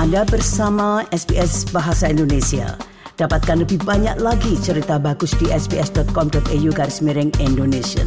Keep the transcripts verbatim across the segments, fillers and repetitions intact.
Anda bersama S B S Bahasa Indonesia. Dapatkan lebih banyak lagi cerita bagus di sbs.com.au garis miring Indonesian.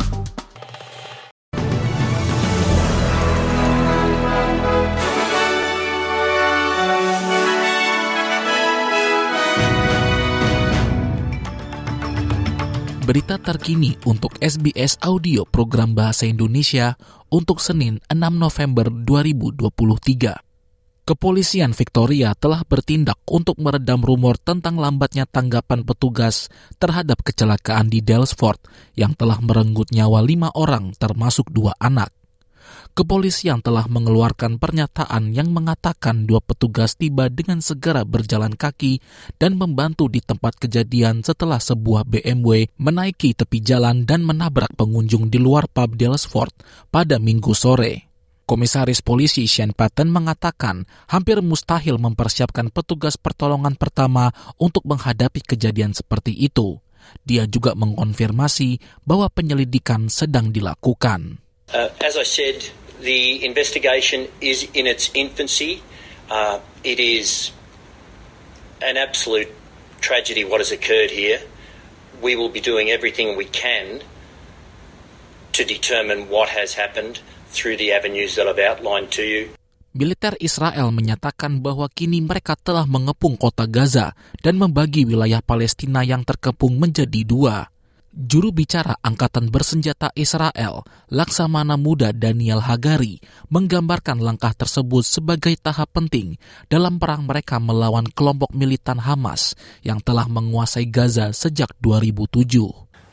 Berita terkini untuk S B S Audio Program Bahasa Indonesia untuk Senin enam November dua ribu dua puluh tiga. Kepolisian Victoria telah bertindak untuk meredam rumor tentang lambatnya tanggapan petugas terhadap kecelakaan di Daylesford yang telah merenggut nyawa lima orang termasuk dua anak. Kepolisian telah mengeluarkan pernyataan yang mengatakan dua petugas tiba dengan segera berjalan kaki dan membantu di tempat kejadian setelah sebuah B M W menaiki tepi jalan dan menabrak pengunjung di luar pub Daylesford pada Minggu sore. Komisaris Polisi Shane Patton mengatakan hampir mustahil mempersiapkan petugas pertolongan pertama untuk menghadapi kejadian seperti itu. Dia juga mengkonfirmasi bahwa penyelidikan sedang dilakukan. Uh, as I said, the investigation is in its infancy. Uh, it is an absolute tragedy what has occurred here. We will be doing everything we can to determine what has happened through the avenues that I've outlined to you. Militer Israel menyatakan bahwa kini mereka telah mengepung kota Gaza dan membagi wilayah Palestina yang terkepung menjadi dua. Juru bicara Angkatan Bersenjata Israel, Laksamana Muda Daniel Hagari, menggambarkan langkah tersebut sebagai tahap penting dalam perang mereka melawan kelompok militan Hamas yang telah menguasai Gaza sejak dua ribu tujuh.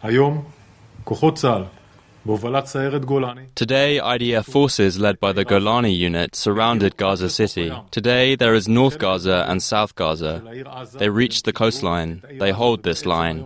Today, I D F forces led by the Golani unit surrounded Gaza City. Today, there is North Gaza and South Gaza. They reached the coastline. They hold this line.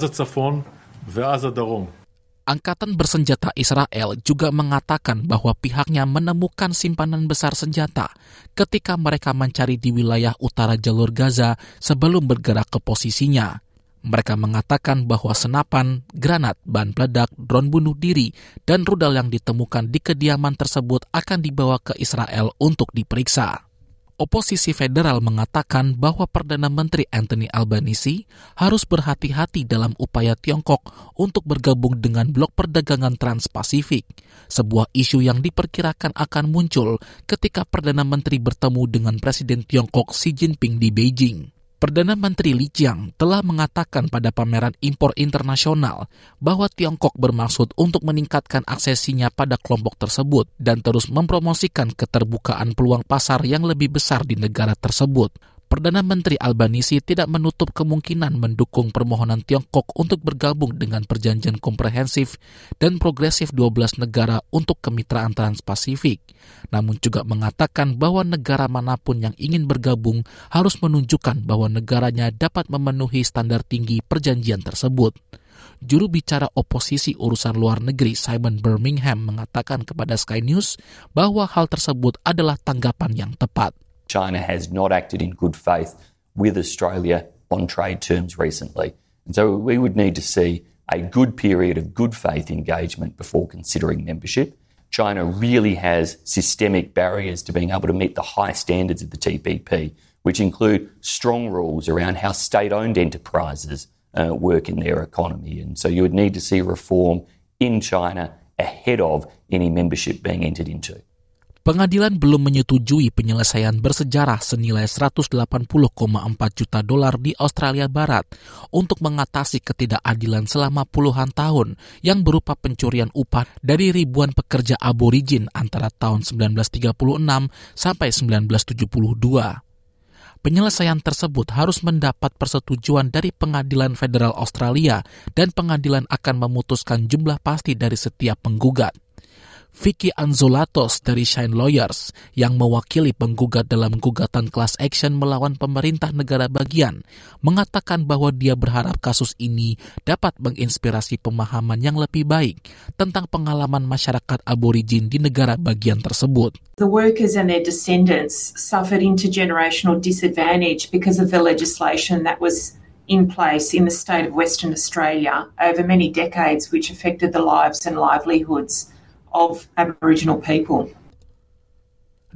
Angkatan Bersenjata Israel juga mengatakan bahwa pihaknya menemukan simpanan besar senjata ketika mereka mencari di wilayah utara jalur Gaza sebelum bergerak ke posisinya. Mereka mengatakan bahwa senapan, granat, bahan peledak, drone bunuh diri, dan rudal yang ditemukan di kediaman tersebut akan dibawa ke Israel untuk diperiksa. Oposisi federal mengatakan bahwa Perdana Menteri Anthony Albanese harus berhati-hati dalam upaya Tiongkok untuk bergabung dengan blok perdagangan Trans-Pasifik, sebuah isu yang diperkirakan akan muncul ketika Perdana Menteri bertemu dengan Presiden Tiongkok Xi Jinping di Beijing. Perdana Menteri Li Qiang telah mengatakan pada pameran impor internasional bahwa Tiongkok bermaksud untuk meningkatkan aksesinya pada kelompok tersebut dan terus mempromosikan keterbukaan peluang pasar yang lebih besar di negara tersebut. Perdana Menteri Albanese tidak menutup kemungkinan mendukung permohonan Tiongkok untuk bergabung dengan perjanjian komprehensif dan progresif dua belas negara untuk kemitraan Trans-Pasifik, namun juga mengatakan bahwa negara manapun yang ingin bergabung harus menunjukkan bahwa negaranya dapat memenuhi standar tinggi perjanjian tersebut. Juru bicara oposisi urusan luar negeri Simon Birmingham mengatakan kepada Sky News bahwa hal tersebut adalah tanggapan yang tepat. China has not acted in good faith with Australia on trade terms recently. And so we would need to see a good period of good faith engagement before considering membership. China really has systemic barriers to being able to meet the high standards of the T P P, which include strong rules around how state-owned enterprises uh, work in their economy. And so you would need to see reform in China ahead of any membership being entered into. Pengadilan belum menyetujui penyelesaian bersejarah senilai seratus delapan puluh koma empat juta dolar di Australia Barat untuk mengatasi ketidakadilan selama puluhan tahun yang berupa pencurian upah dari ribuan pekerja aborigin antara tahun sembilan belas tiga puluh enam sampai sembilan belas tujuh puluh dua. Penyelesaian tersebut harus mendapat persetujuan dari Pengadilan Federal Australia dan pengadilan akan memutuskan jumlah pasti dari setiap penggugat. Vicky Anzolatos dari Shine Lawyers yang mewakili penggugat dalam gugatan class action melawan pemerintah negara bagian mengatakan bahwa dia berharap kasus ini dapat menginspirasi pemahaman yang lebih baik tentang pengalaman masyarakat aborigin di negara bagian tersebut. The workers and their descendants suffered intergenerational disadvantage because of the legislation that was in place in the state of Western Australia over many decades, which affected the lives and livelihoods of Aboriginal people.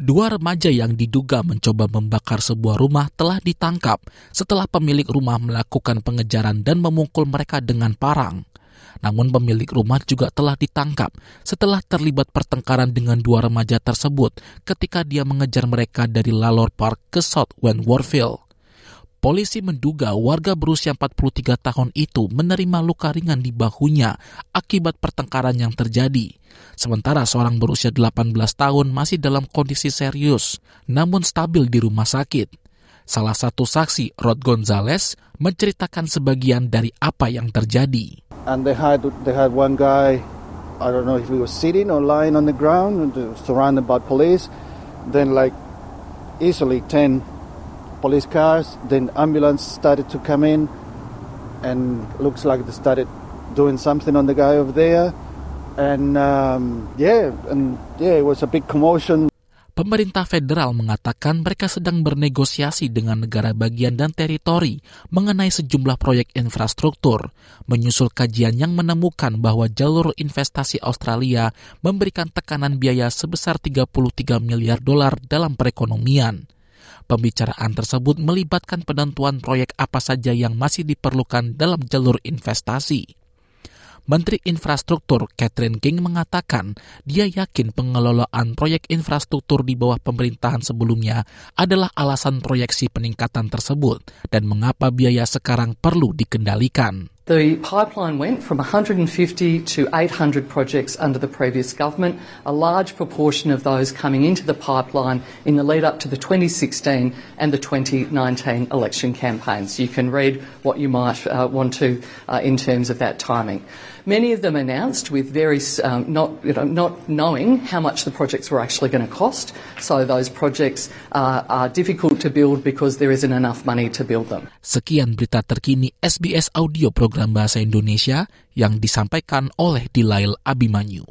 Dua remaja yang diduga mencoba membakar sebuah rumah telah ditangkap setelah pemilik rumah melakukan pengejaran dan memukul mereka dengan parang. Namun pemilik rumah juga telah ditangkap setelah terlibat pertengkaran dengan dua remaja tersebut ketika dia mengejar mereka dari Lalor Park ke South Wentworthville. Polisi menduga warga berusia empat puluh tiga tahun itu menerima luka ringan di bahunya akibat pertengkaran yang terjadi. Sementara seorang berusia delapan belas tahun masih dalam kondisi serius, namun stabil di rumah sakit. Salah satu saksi, Rod Gonzalez, menceritakan sebagian dari apa yang terjadi. And they had they had one guy, I don't know if he was sitting or lying on the ground, surrounded by police. Then like easily ten police cars, then ambulance started to come in, and looks like they started doing something on the guy over there, and um, yeah, and yeah, it was a big commotion. Pemerintah federal mengatakan mereka sedang bernegosiasi dengan negara bagian dan teritori mengenai sejumlah proyek infrastruktur, menyusul kajian yang menemukan bahwa jalur investasi Australia memberikan tekanan biaya sebesar tiga puluh tiga miliar dolar dalam perekonomian. Pembicaraan tersebut melibatkan penentuan proyek apa saja yang masih diperlukan dalam jalur investasi. Menteri Infrastruktur Catherine King mengatakan dia yakin pengelolaan proyek infrastruktur di bawah pemerintahan sebelumnya adalah alasan proyeksi peningkatan tersebut dan mengapa biaya sekarang perlu dikendalikan. The pipeline went from one hundred fifty to eight hundred projects under the previous government, a large proportion of those coming into the pipeline in the lead up to the twenty sixteen and the twenty nineteen election campaigns. You can read what you might uh, want to uh, in terms of that timing. Many of them announced with very um, not you know not knowing how much the projects were actually going to cost. So those projects uh, are difficult to build because there isn't enough money to build them. Sekian berita terkini S B S Audio Program Bahasa Indonesia yang disampaikan oleh Dilail Abimanyu.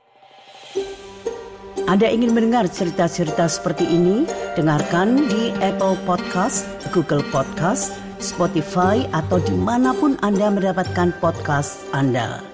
Anda ingin mendengar cerita-cerita seperti ini? Dengarkan di Apple Podcast, Google Podcast, Spotify, atau dimanapun Anda mendapatkan podcast Anda.